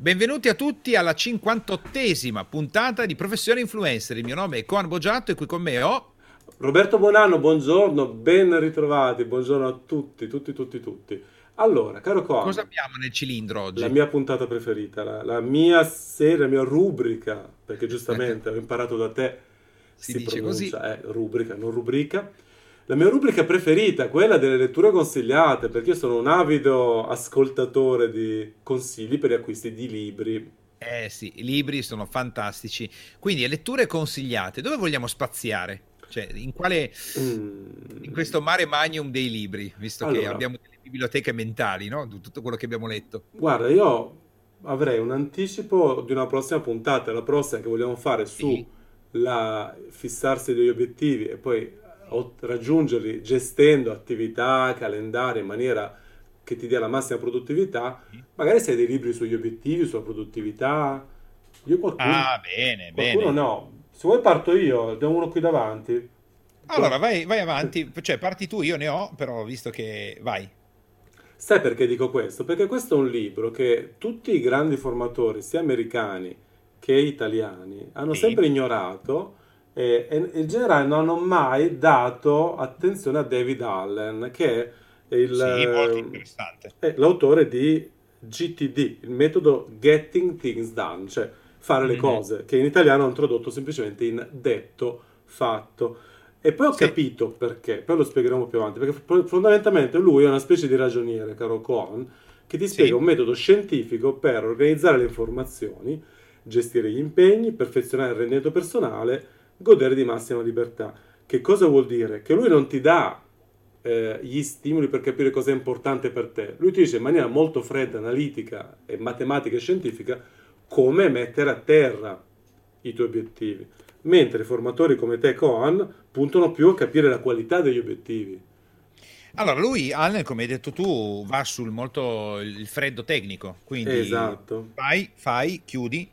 Benvenuti a tutti alla 58esima puntata di Professione Influencer. Il mio nome è Coan Boggiatto e qui con me ho... Roberto Bonanno, buongiorno, ben ritrovati, buongiorno a tutti. Allora, caro Cosa Coan, abbiamo nel cilindro la oggi? mia puntata preferita, la mia serie, la mia rubrica, perché giustamente ho imparato da te, Si si dice così. pronuncia, rubrica, non rubrica. La mia rubrica preferita, quella delle letture consigliate, perché io sono un avido ascoltatore di consigli per gli acquisti di libri. Eh sì, i libri sono fantastici. Quindi, letture consigliate. Dove vogliamo spaziare? Cioè, in Mm. questo mare magnum dei libri, visto che Allora, abbiamo delle biblioteche mentali, no? Di tutto quello che abbiamo letto. guarda, io avrei un anticipo di una prossima puntata, la prossima che vogliamo fare su Sì. la fissarsi degli obiettivi e poi raggiungerli gestendo attività, calendari in maniera che ti dia la massima produttività. Sì. Magari sei dei libri sugli obiettivi, sulla produttività. Io Ah, bene, qualcuno bene. no. Se vuoi parto io, abbiamo uno qui davanti. Allora, vai avanti. Cioè, parti tu, io ne ho, però visto che... Vai. Sai perché dico questo? Perché questo è un libro che tutti i grandi formatori, sia americani che italiani, hanno Sì. sempre ignorato e in generale non hanno mai dato attenzione a David Allen, che è Sì, molto interessante. è l'autore di GTD, il metodo Getting Things Done, cioè fare le Mhm. cose, che in italiano hanno tradotto semplicemente in detto fatto. E poi ho Sì, capito perché, poi lo spiegheremo più avanti, perché fondamentalmente lui è una specie di ragioniere, caro Cohen, che ti spiega sì. un metodo scientifico per organizzare le informazioni, gestire gli impegni, perfezionare il rendimento personale, godere di massima libertà. Che cosa vuol dire? Che lui non ti dà gli stimoli per capire cosa è importante per te. Lui ti dice in maniera molto fredda, analitica e matematica e scientifica come mettere a terra i tuoi obiettivi. Mentre formatori come te, Coan, puntano più a capire la qualità degli obiettivi. Allora, lui, Allen, come hai detto tu, va sul molto il freddo tecnico, quindi Esatto, fai, chiudi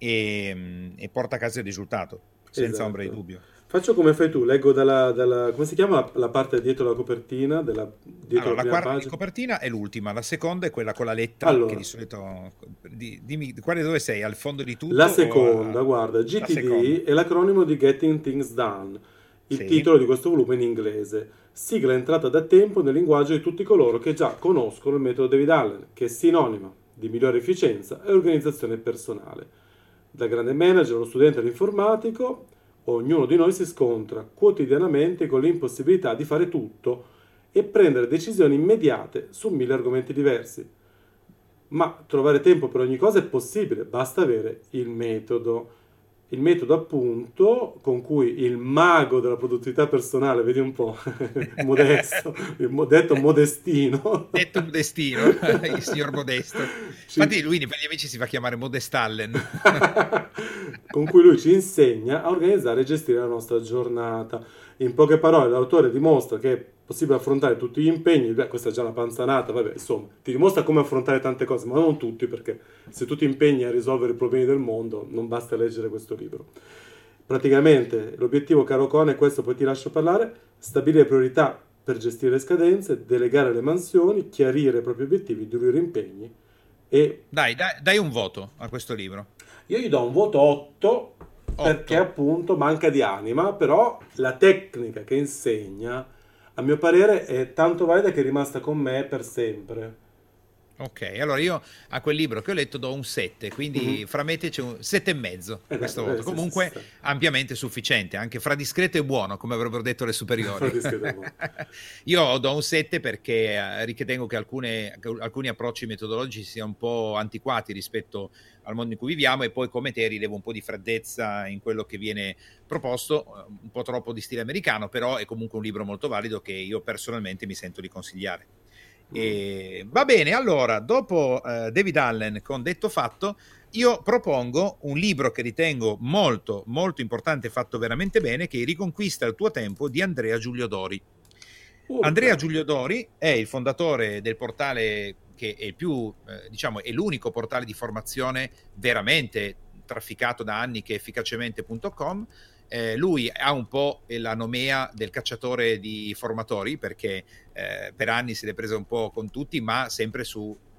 e porta a casa il risultato, senza ombra di esatto. dubbio. Faccio come fai tu, leggo come si chiama la parte dietro la copertina, dietro Allora, la la prima quarta di pagina? copertina è l'ultima, la seconda è quella con la lettera, che di Allora, solito... Dimmi, quale dove sei? Al fondo di la tutto o seconda, guarda, la seconda? GTD è l'acronimo di Getting Things Done, il Sì. titolo di questo volume in inglese, sigla entrata da tempo nel linguaggio di tutti coloro che già conoscono il metodo David Allen, che è sinonimo di migliore efficienza e organizzazione personale. Da grande manager allo studente all'informatico, ognuno di noi si scontra quotidianamente con l'impossibilità di fare tutto e prendere decisioni immediate su mille argomenti diversi. Ma trovare tempo per ogni cosa è possibile, basta avere il metodo. Il metodo appunto con cui il mago della produttività personale, vedi un po', modesto, detto modestino, Detto Modestino, il signor Modesto. ci, Infatti lui per gli amici si fa chiamare Modestallen. con cui lui ci insegna a organizzare e gestire la nostra giornata. In poche parole, l'autore dimostra che è possibile affrontare tutti gli impegni, beh, questa è già una panzanata, vabbè, insomma, ti dimostra come affrontare tante cose, ma non tutti, perché se tu ti impegni a risolvere i problemi del mondo, non basta leggere questo libro. Praticamente l'obiettivo, caro Con, è questo, poi ti lascio parlare: stabilire priorità per gestire le scadenze, delegare le mansioni, chiarire i propri obiettivi, diluire impegni e Dai un voto a questo libro. io gli do un voto 8 perché 8. appunto manca di anima, però la tecnica che insegna, a mio parere, è tanto valida che è rimasta con me per sempre. Ok, allora io a quel libro che ho letto do un 7, Mhm. quindi fra me e te c'è un 7,5 Dai, questo voto. sì, Comunque sì. ampiamente sufficiente, anche fra discreto e buono, come avrebbero detto le Fra superiori. discreto e buono. Io do un 7 perché ritengo che che alcuni approcci metodologici siano un po' antiquati rispetto al mondo in cui viviamo e poi come te rilevo un po' di freddezza in quello che viene proposto, un po' troppo di stile americano, però è comunque un libro molto valido che io personalmente mi sento di consigliare. Mm. E va bene, allora, dopo David Allen con Detto Fatto, io propongo un libro che ritengo molto, molto importante, fatto veramente bene, che è Riconquista il tuo tempo di Andrea Giulio Dori. Andrea Urca. Giulio Dori è il fondatore del portale che è il più, diciamo, è l'unico portale di formazione veramente trafficato da anni che è efficacemente.com. Lui ha un po' la nomea del cacciatore di formatori perché per anni se l'è presa un po' con tutti, ma sempre su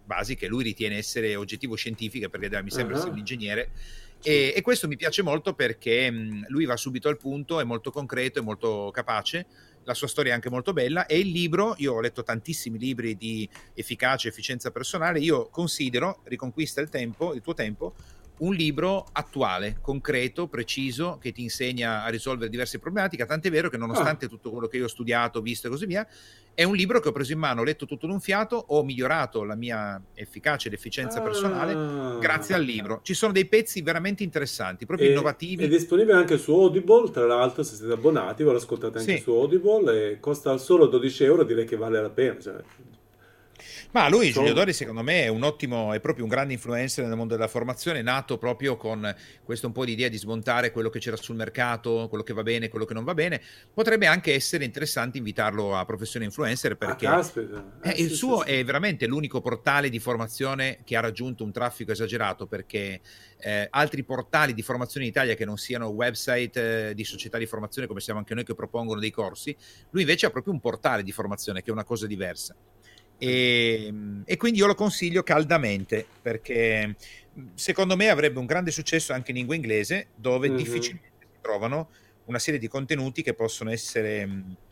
basi che lui ritiene essere oggettivo-scientifiche, perché mi sembra sia un ingegnere, e questo mi piace molto perché lui va subito al punto, è molto concreto, è molto capace, la sua storia è anche molto bella, e il libro, io ho letto tantissimi libri di efficacia, efficienza personale, io considero Riconquista il tuo tempo, un libro attuale, concreto, preciso, che ti insegna a risolvere diverse problematiche, tant'è vero che nonostante tutto quello che io ho studiato, visto e così via, è un libro che ho preso in mano, ho letto tutto d'un fiato, ho migliorato la mia efficacia ed efficienza personale grazie al libro. Ci sono dei pezzi veramente interessanti, proprio innovativi. È disponibile anche su Audible, tra l'altro, se siete abbonati, ve lo ascoltate anche su Audible, e costa solo 12 euro, direi che vale la pena. Cioè, ma lui, Giulio Dori, secondo me è proprio un grande influencer nel mondo della formazione, nato proprio con questo un po' di idea di smontare quello che c'era sul mercato, quello che va bene, quello che non va bene. Potrebbe anche essere interessante invitarlo a Professione Influencer, perché il suo è veramente l'unico portale di formazione che ha raggiunto un traffico esagerato, perché altri portali di formazione in Italia che non siano website di società di formazione come siamo anche noi, che propongono dei corsi, lui invece ha proprio un portale di formazione che è una cosa diversa. E quindi io lo consiglio caldamente, perché secondo me avrebbe un grande successo anche in lingua inglese, dove difficilmente si trovano una serie di contenuti che possono essere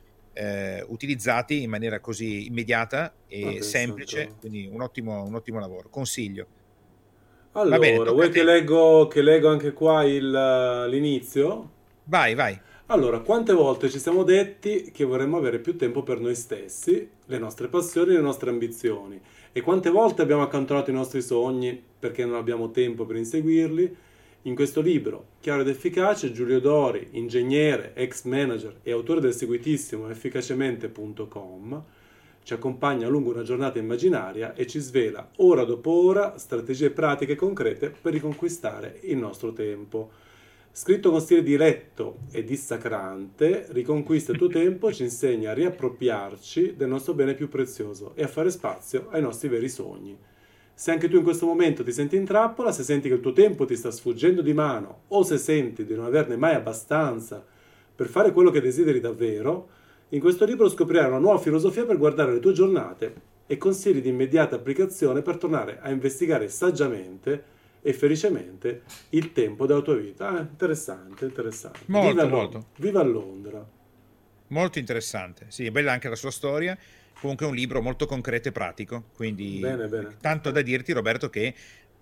utilizzati in maniera così immediata e semplice, quindi un ottimo lavoro, consiglio. Allora, bene, vuoi che leggo anche qua l'inizio? Vai. Allora, quante volte ci siamo detti che vorremmo avere più tempo per noi stessi, le nostre passioni e le nostre ambizioni? E quante volte abbiamo accantonato i nostri sogni perché non abbiamo tempo per inseguirli? In questo libro, chiaro ed efficace, Giulio Dori, ingegnere, ex manager e autore del seguitissimo efficacemente.com, ci accompagna lungo una giornata immaginaria e ci svela, ora dopo ora, strategie pratiche concrete per riconquistare il nostro tempo. Scritto con stile diretto e dissacrante, Riconquista il tuo tempo ci insegna a riappropriarci del nostro bene più prezioso e a fare spazio ai nostri veri sogni. Se anche tu in questo momento ti senti in trappola, se senti che il tuo tempo ti sta sfuggendo di mano o se senti di non averne mai abbastanza per fare quello che desideri davvero, in questo libro scoprirai una nuova filosofia per guardare le tue giornate e consigli di immediata applicazione per tornare a investigare saggiamente e felicemente il tempo della tua vita. Interessante. Molto. Viva a Londra. Molto interessante. Sì, è bella anche la sua storia. Comunque è un libro molto concreto e pratico. Quindi bene. Tanto da dirti, Roberto, che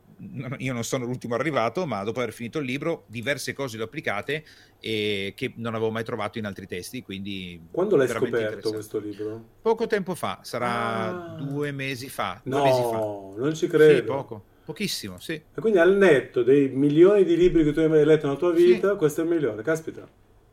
io non sono l'ultimo arrivato, ma dopo aver finito il libro diverse cose le ho applicate e che non avevo mai trovato in altri testi. Quindi quando l'hai scoperto questo libro? Poco tempo fa, sarà 2 mesi fa. No, non ci credo. Sì, pochissimo, sì. E quindi al netto dei milioni di libri che tu hai mai letto nella tua vita, questo è il migliore, caspita.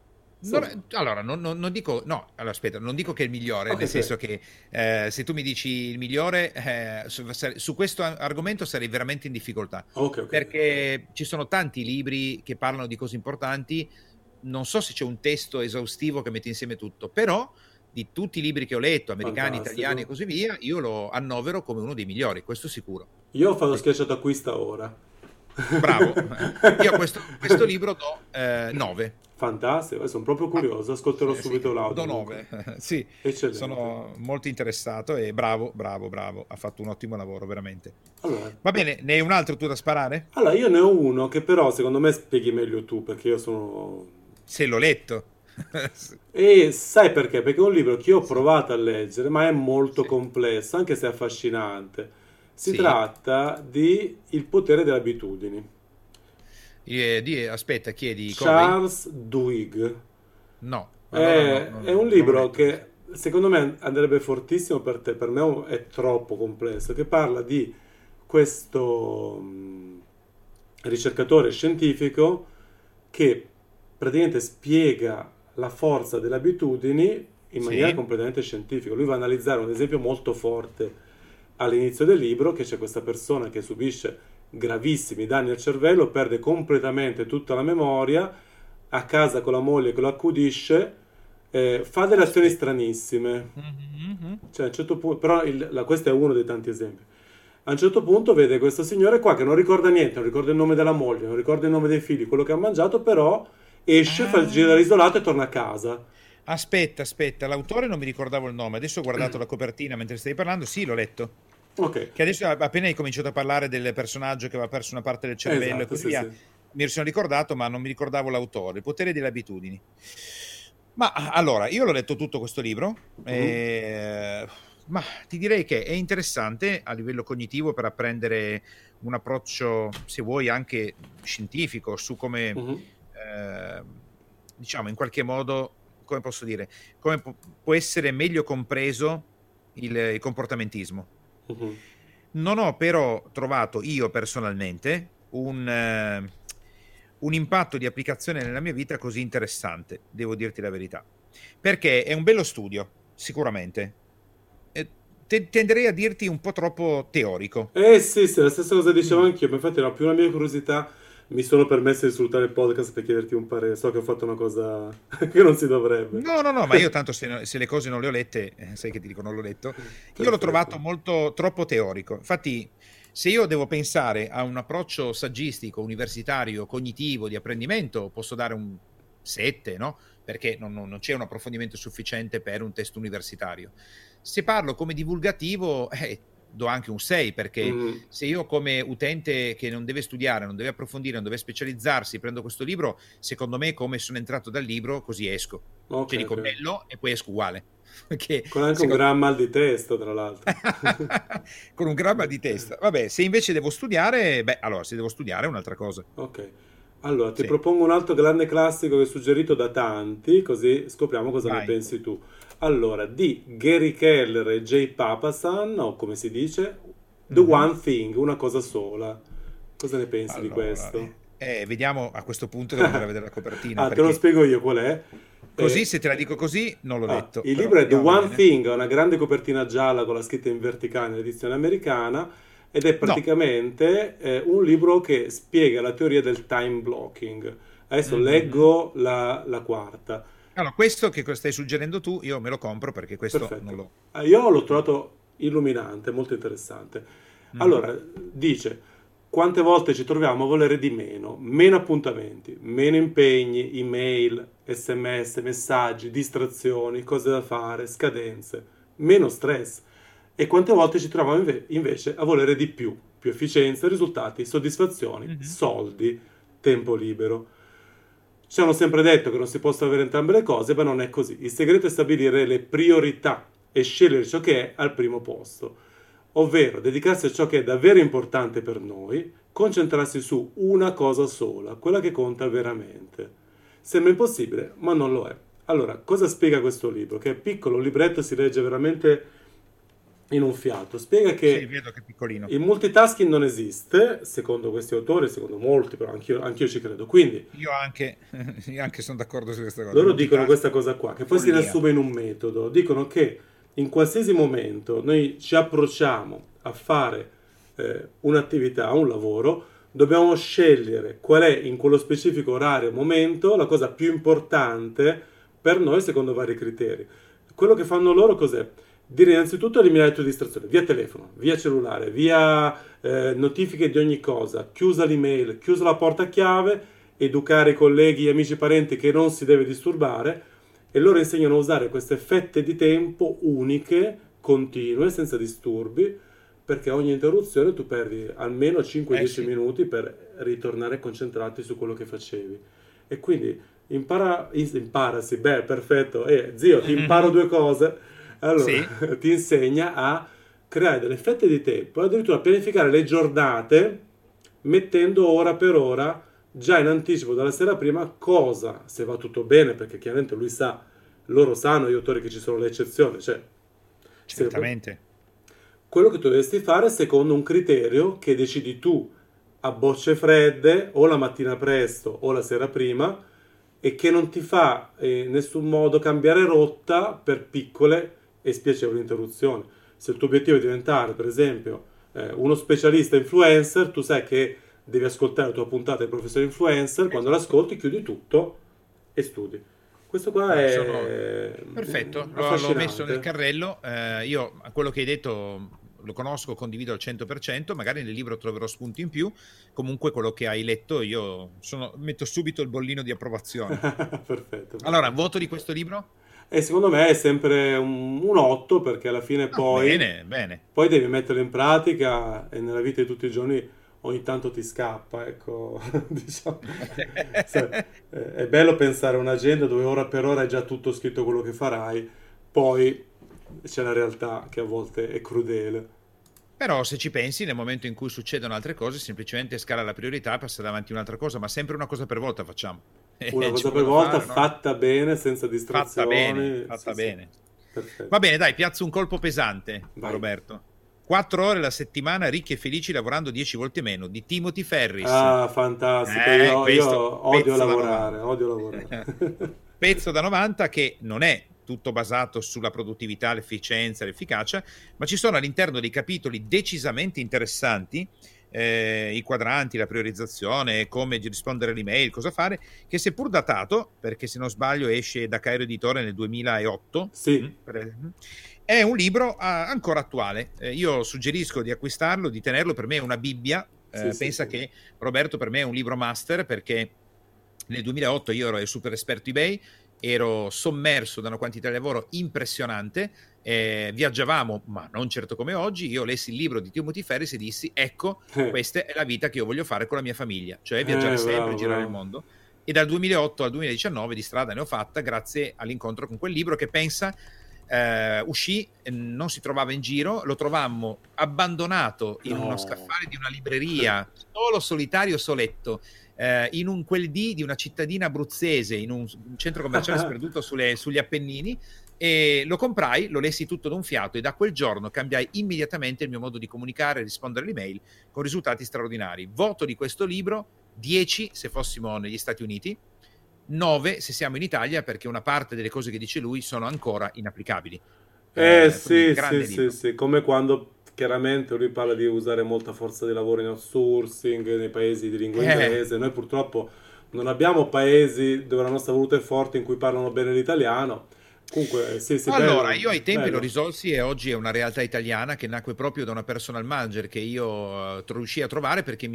Allora, non dico, no, allora aspetta, non dico che è il migliore, nel senso che se tu mi dici il migliore, su questo argomento sarei veramente in difficoltà, perché ci sono tanti libri che parlano di cose importanti, non so se c'è un testo esaustivo che mette insieme tutto, però di tutti i libri che ho letto, americani, italiani e così via, io lo annovero come uno dei migliori, questo sicuro. Io ho fatto schiacciato acquista ora. Bravo. Io a questo libro do 9. Fantastico, sono proprio curioso, ascolterò subito l'audio. Do 9. Sì, eccellente. Sono molto interessato e bravo, ha fatto un ottimo lavoro, veramente. Allora, va bene, ne hai un altro tu da sparare? Allora, io ne ho uno che però secondo me spieghi meglio tu, perché io sono... Se l'ho letto. E sai perché? Perché è un libro che io ho provato a leggere, ma è molto complesso, anche se è affascinante. Si tratta di Il potere delle abitudini. Aspetta, chiedi Charles Duhigg. No. È un libro che secondo me andrebbe fortissimo per te, per me è troppo complesso, che parla di questo ricercatore scientifico che praticamente spiega la forza delle abitudini in maniera completamente scientifica. Lui va a analizzare un esempio molto forte all'inizio del libro, che c'è questa persona che subisce gravissimi danni al cervello, perde completamente tutta la memoria, a casa con la moglie che lo accudisce, fa delle azioni stranissime. Cioè, a un certo punto, però questo è uno dei tanti esempi. A un certo punto vede questo signore qua che non ricorda niente, non ricorda il nome della moglie, non ricorda il nome dei figli, quello che ha mangiato, però esce, fa il giro dall'isolato e torna a casa. Aspetta, l'autore non mi ricordavo il nome, adesso ho guardato la copertina mentre stai parlando, sì, l'ho letto. Ok. Che adesso appena hai cominciato a parlare del personaggio che aveva perso una parte del cervello e Esatto, così sì, via, sì. mi sono ricordato, ma non mi ricordavo l'autore, Il potere delle abitudini. Ma allora, io l'ho letto tutto questo libro, Mhm, ma ti direi che è interessante a livello cognitivo per apprendere un approccio, se vuoi, anche scientifico su come, mhm, eh, diciamo, in qualche modo, come posso dire, come può essere meglio compreso il comportamentismo. mhm. Non ho però trovato io personalmente un impatto di applicazione nella mia vita così interessante, devo dirti la verità, perché è un bello studio, sicuramente. Tenderei a dirti un po' troppo teorico. Eh sì, sì, la stessa cosa dicevo Mm. anch'io, ma infatti era più una mia curiosità. Mi sono permesso di sfruttare il podcast per chiederti un parere. So che ho fatto una cosa che non si dovrebbe. No, no, no, ma io tanto se le cose non le ho lette, sai che ti dico non l'ho letto, io l'ho trovato Perfetto. molto troppo teorico. Infatti, se io devo pensare a un approccio saggistico, universitario, cognitivo, di apprendimento, posso dare un 7, no? Perché non c'è un approfondimento sufficiente per un test universitario. Se parlo come divulgativo, do anche un 6, perché Mhm. se io come utente che non deve studiare, non deve approfondire, non deve specializzarsi, prendo questo libro, secondo me come sono entrato dal libro, così esco. Ok, Cioè dico ok. bello e poi esco uguale. Perché Con anche un secondo gran mal di testa, tra l'altro. con un gramma di testa. Vabbè, se invece devo studiare, beh, allora se devo studiare è un'altra cosa. Ok. Allora, ti Sì, propongo un altro grande classico che è suggerito da tanti, così scopriamo cosa ne vai. pensi tu. Allora, di Gary Keller e Jay Papasan, o come si dice, The Mhm. One Thing, una cosa sola. Cosa ne pensi di Allora, questo? vediamo a questo punto devo andare a vedere la copertina Ah, te lo perché spiego io qual è. così Eh, se te la dico così non l'ho letto, il però libro è The andiamo a One vedere. Thing, ha una grande copertina gialla con la scritta in verticale nell'edizione americana ed è No. praticamente un libro che spiega la teoria del time blocking. Adesso Mhm. leggo la quarta. Allora, questo che stai suggerendo tu, io me lo compro perché questo non Perfetto. l'ho. Io l'ho trovato illuminante, molto interessante. Mhm. Allora, dice, quante volte ci troviamo a volere di meno, meno appuntamenti, meno impegni, email, sms, messaggi, distrazioni, cose da fare, scadenze, meno stress. E quante volte ci troviamo invece a volere di più, più efficienza, risultati, soddisfazioni, Mhm. soldi, tempo libero. Ci hanno sempre detto che non si possono avere entrambe le cose, ma non è così. Il segreto è stabilire le priorità e scegliere ciò che è al primo posto, ovvero dedicarsi a ciò che è davvero importante per noi, concentrarsi su una cosa sola, quella che conta veramente. Sembra impossibile, ma non lo è. Allora, cosa spiega questo libro? Che è piccolo, un libretto si legge veramente in un fiato. Spiega Sì, che vedo che è piccolino. il multitasking non esiste, secondo questi autori, secondo molti, però anch'io ci credo. Quindi Io anche, io anche sono d'accordo su questa cosa. Il loro dicono questa multitasking, cosa qua, che poi si follia. riassume in un metodo. Dicono che in qualsiasi momento noi ci approcciamo a fare un'attività, un lavoro, dobbiamo scegliere qual è in quello specifico orario, momento, la cosa più importante per noi secondo vari criteri. Quello che fanno loro cos'è? Dire innanzitutto eliminare tutte le distrazioni, via telefono, via cellulare, via notifiche di ogni cosa, chiusa l'email, chiusa la porta a chiave, educare i colleghi, gli amici, i parenti che non si deve disturbare e loro insegnano a usare queste fette di tempo uniche, continue, senza disturbi, perché ogni interruzione tu perdi almeno 5-10 Sì. minuti per ritornare a concentrarti su quello che facevi. E quindi impara, sì, beh, perfetto, zio, ti imparo Mhm. due cose, allora Sì, ti insegna a creare delle fette di tempo, addirittura pianificare le giornate mettendo ora per ora già in anticipo dalla sera prima cosa, se va tutto bene, perché chiaramente lui sa, loro sanno, gli autori, che ci sono le eccezioni, cioè se- certamente. quello che tu dovresti fare secondo un criterio che decidi tu a bocce fredde o la mattina presto o la sera prima e che non ti fa in nessun modo cambiare rotta per piccole e spiacevoli interruzioni. Se il tuo obiettivo è diventare, per esempio, uno specialista influencer, tu sai che devi ascoltare la tua puntata del professore influencer, quando Esatto. l'ascolti chiudi tutto e studi. Questo qua No, sono è perfetto, l'ho messo nel affascinante. carrello. Io quello che hai detto lo conosco, condivido al 100%, magari nel libro troverò spunti in più. Comunque quello che hai letto io metto subito il bollino di approvazione. Perfetto, Allora, perfetto. voto di questo libro? E secondo me è sempre un 8 perché alla fine Ah, poi, bene, bene. poi devi metterlo in pratica e nella vita di tutti i giorni ogni tanto ti scappa, ecco, diciamo. Sai, è bello pensare a un'agenda dove ora per ora è già tutto scritto quello che farai, poi c'è la realtà che a volte è crudele. Però se ci pensi, nel momento in cui succedono altre cose, semplicemente scala la priorità e passa davanti a un'altra cosa, ma sempre una cosa per volta facciamo. Una Ci cosa per vogliono volta, fare, no? fatta bene, senza Fatta bene, distrazioni. Sì, fatta sì, bene. Va perfetto. bene, dai, piazzo un colpo pesante, Vai. Roberto. 4 ore la settimana, ricchi e felici, lavorando 10 volte meno, di Timothy Ferris. Ah, fantastico. Io Questo, odio pezzo da lavorare, 90. odio lavorare. Pezzo da 90 che non è tutto basato sulla produttività, l'efficienza, l'efficacia, ma ci sono all'interno dei capitoli decisamente interessanti, i quadranti, la priorizzazione, come rispondere alle email, cosa fare, che seppur datato, perché se non sbaglio esce da Cairo Editore nel 2008, Sì, è un libro ancora attuale. Io suggerisco di acquistarlo, di tenerlo, per me è una Bibbia. sì, sì, Pensa sì. che Roberto per me è un libro master perché nel 2008 io ero il super esperto eBay, ero sommerso da una quantità di lavoro impressionante, viaggiavamo, ma non certo come oggi. Io lessi il libro di Timothy Ferris e dissi, ecco, Eh, questa è la vita che io voglio fare con la mia famiglia, cioè viaggiare sempre, bravo, girare il bravo. mondo. E dal 2008 al 2019 di strada ne ho fatta grazie all'incontro con quel libro che pensa uscì, non si trovava in giro, lo trovammo abbandonato in uno No. scaffale di una libreria, solo, solitario, soletto, in un quel di una cittadina abruzzese, in un centro commerciale sperduto sugli Appennini, e lo comprai, lo lessi tutto d'un fiato e da quel giorno cambiai immediatamente il mio modo di comunicare e rispondere alle mail con risultati straordinari. Voto di questo libro 10 se fossimo negli Stati Uniti, 9 se siamo in Italia, perché una parte delle cose che dice lui sono ancora inapplicabili. Quindi Sì, sì, grande sì, libro. sì, come quando chiaramente lui parla di usare molta forza di lavoro in outsourcing nei paesi di lingua Eh, inglese. Noi purtroppo non abbiamo paesi dove la nostra valuta è forte in cui parlano bene l'italiano. Comunque, sì, sì, Allora, bello, io ai tempi lo bello. risolsi e oggi è una realtà italiana che nacque proprio da una personal manager che io riuscii a trovare perché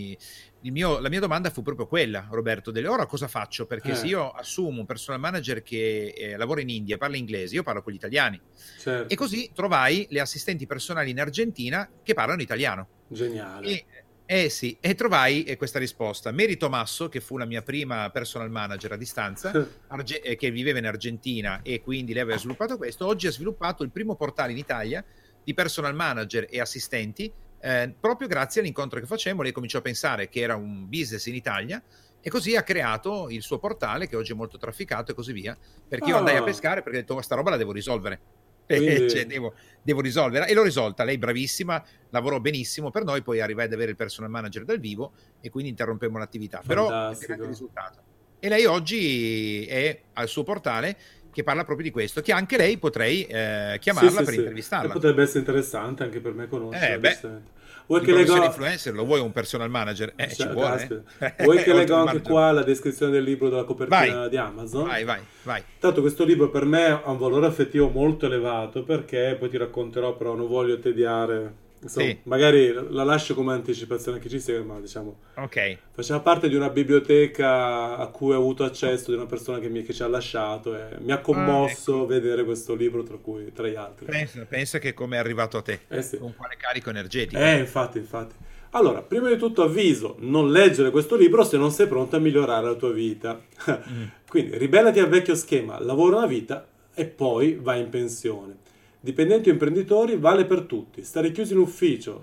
la mia domanda fu proprio quella, Roberto, delle ora cosa faccio? Perché se Eh, io assumo un personal manager che lavora in India e parla inglese, io parlo con gli italiani. E certo, così trovai le assistenti personali in Argentina che parlano italiano. geniale. E, sì, e trovai questa risposta. Mary Tomasso, che fu la mia prima personal manager a distanza, che viveva in Argentina e quindi lei aveva sviluppato questo, oggi ha sviluppato il primo portale in Italia di personal manager e assistenti, proprio grazie all'incontro che facemmo. Lei cominciò a pensare che era un business in Italia e così ha creato il suo portale che oggi è molto trafficato e così via, perché io andai a Ah, pescare perché ho detto questa roba la devo risolvere. Cioè, quindi, devo risolverla e l'ho risolta. Lei bravissima, lavorò benissimo per noi, poi arrivai ad avere il personal manager dal vivo e quindi interrompemmo l'attività, però grande fantastico. risultato. E lei oggi è al suo portale che parla proprio di questo, che anche lei potrei Sì, chiamarla sì, per sì. E intervistarla. potrebbe essere interessante anche per me conoscere, Beh, onestamente. Vuoi in che professione leggo... influencer lo vuoi un personal manager? Ci Cioè, vuole, caspita. Vuoi che leggo oltre al anche manager. qua la descrizione del libro della Vai, copertina di Amazon? vai, vai, vai. Tanto questo libro per me ha un valore affettivo molto elevato perché poi ti racconterò, però non voglio tediare. Insomma, Sì, magari la lascio come anticipazione a chi ci segue, ma diciamo, ok. faceva parte di una biblioteca a cui ho avuto accesso di una persona che ci ha lasciato e mi ha Ah, commosso ecco. vedere questo libro tra gli altri. Pensa che come è arrivato a te, Eh sì. con quale carico energetico. Infatti, infatti. Allora, prima di tutto avviso, non leggere questo libro se non sei pronto a migliorare la tua vita. Mm. Quindi, ribellati al vecchio schema, lavora una vita e poi vai in pensione. Dipendenti o imprenditori vale per tutti. Stare chiusi in ufficio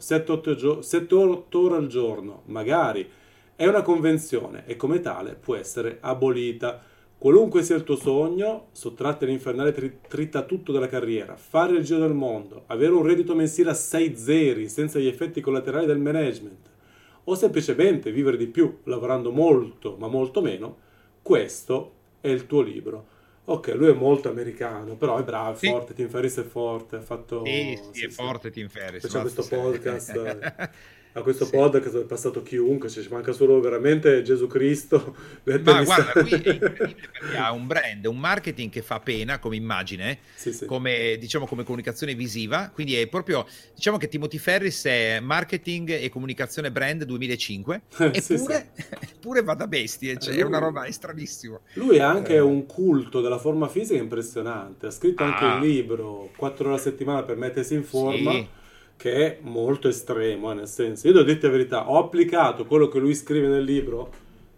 7-8 ore al giorno, magari, è una convenzione e come tale può essere abolita. Qualunque sia il tuo sogno, sottratti all'infernale tritatutto della carriera, fare il giro del mondo, avere un reddito mensile a 6 zeri senza gli effetti collaterali del management, o semplicemente vivere di più lavorando molto ma molto meno, questo è il tuo libro. Ok, lui è molto americano, però è bravo, è Sì, forte, Tim Ferriss è forte, ha sì, fatto... sì, Sì, è sì. forte Tim Ferriss. Facciamo questo podcast. a questo Sì. podcast è passato chiunque, cioè, ci manca solo veramente Gesù Cristo. Ma metterli guarda, sa- lui è incredibile perché ha un brand, un marketing che fa pena come immagine, Sì, sì. come, diciamo, come comunicazione visiva, quindi è proprio, diciamo che Timothy Ferris è marketing e comunicazione brand 2005, Sì, sì. eppure va da bestie, cioè è una Lui, roba, è stranissimo. lui ha anche Eh, un culto della forma fisica impressionante. Ha scritto anche un ah, libro, 4 ore a settimana per mettersi in forma, sì, che è molto estremo, nel senso, io devo dirti la verità, ho applicato quello che lui scrive nel libro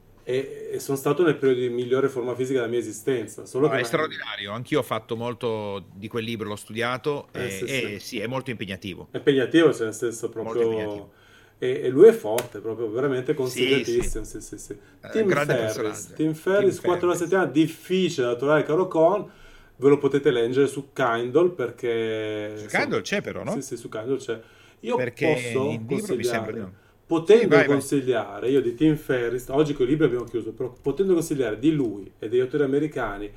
e sono stato nel periodo di migliore forma fisica della mia esistenza, solo no, che è straordinario, anch'io ho fatto molto di quel libro, l'ho studiato sì, sì. e sì, è molto impegnativo, È impegnativo, cioè nel senso molto impegnativo. proprio... E lui è forte, proprio veramente Sì, sì, consigliatissimo, sì, sì, sì. grande personaggio. Tim Tim Ferriss, 4 ore a Ferriss. settimana, difficile da trovare, caro Con, ve lo potete leggere su Kindle perché, Su insomma, Kindle c'è però, sì, no? sì, su Kindle c'è. Io Perché posso in libro mi sembra di consigliare, no. Sì, potendo vai, vai. consigliare, io di Tim Ferriss, oggi con i libri abbiamo chiuso, però potendo consigliare di lui e degli autori americani,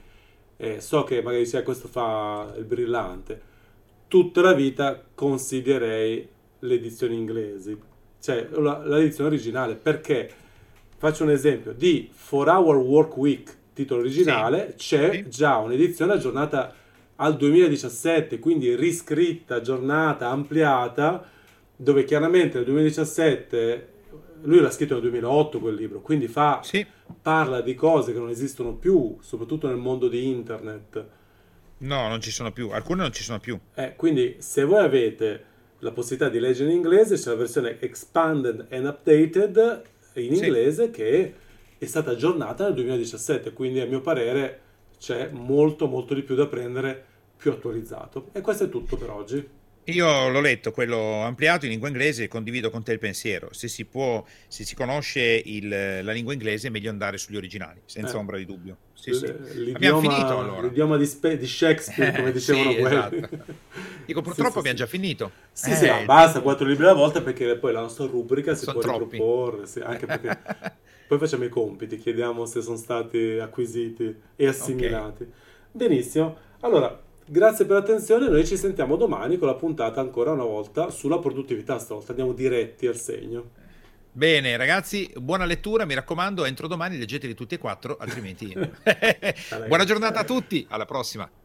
so che magari sia questo fa il brillante, tutta la vita consiglierei le edizioni inglesi, cioè l'edizione originale, perché faccio un esempio di 4 Hour Work Week, titolo Sì, originale, c'è sì, già un'edizione aggiornata al 2017, quindi riscritta, aggiornata, ampliata, dove chiaramente nel 2017 lui l'ha scritto nel 2008 quel libro, quindi sì. parla di cose che non esistono più, soprattutto nel mondo di internet. No, non ci sono più. Alcune non ci sono più. Quindi se voi avete la possibilità di leggere in inglese, c'è la versione expanded and updated in Sì. inglese che è stata aggiornata nel 2017, quindi a mio parere c'è molto molto di più da prendere, più attualizzato. E questo è tutto per oggi. Io l'ho letto, quello ampliato in lingua inglese e condivido con te il pensiero. Se si può, se si conosce la lingua inglese è meglio andare sugli originali, senza Eh, ombra di dubbio. Sì, sì. Abbiamo finito l'idioma, allora. l'idioma di Shakespeare, come dicevano Sì, quelli. esatto. Dico, Sì, purtroppo sì, abbiamo sì. già finito. Sì, sì, Il basta, tempo 4 libri alla volta perché poi la nostra rubrica si sono può troppi. riproporre, sì, anche perché poi facciamo i compiti, chiediamo se sono stati acquisiti e Ok. assimilati. Benissimo, allora, grazie per l'attenzione, noi ci sentiamo domani con la puntata ancora una volta sulla produttività, stavolta andiamo diretti al segno. Bene, ragazzi, buona lettura, mi raccomando, entro domani leggeteli tutti e quattro, altrimenti... Ciao Buona ragazzi. giornata a tutti, alla prossima.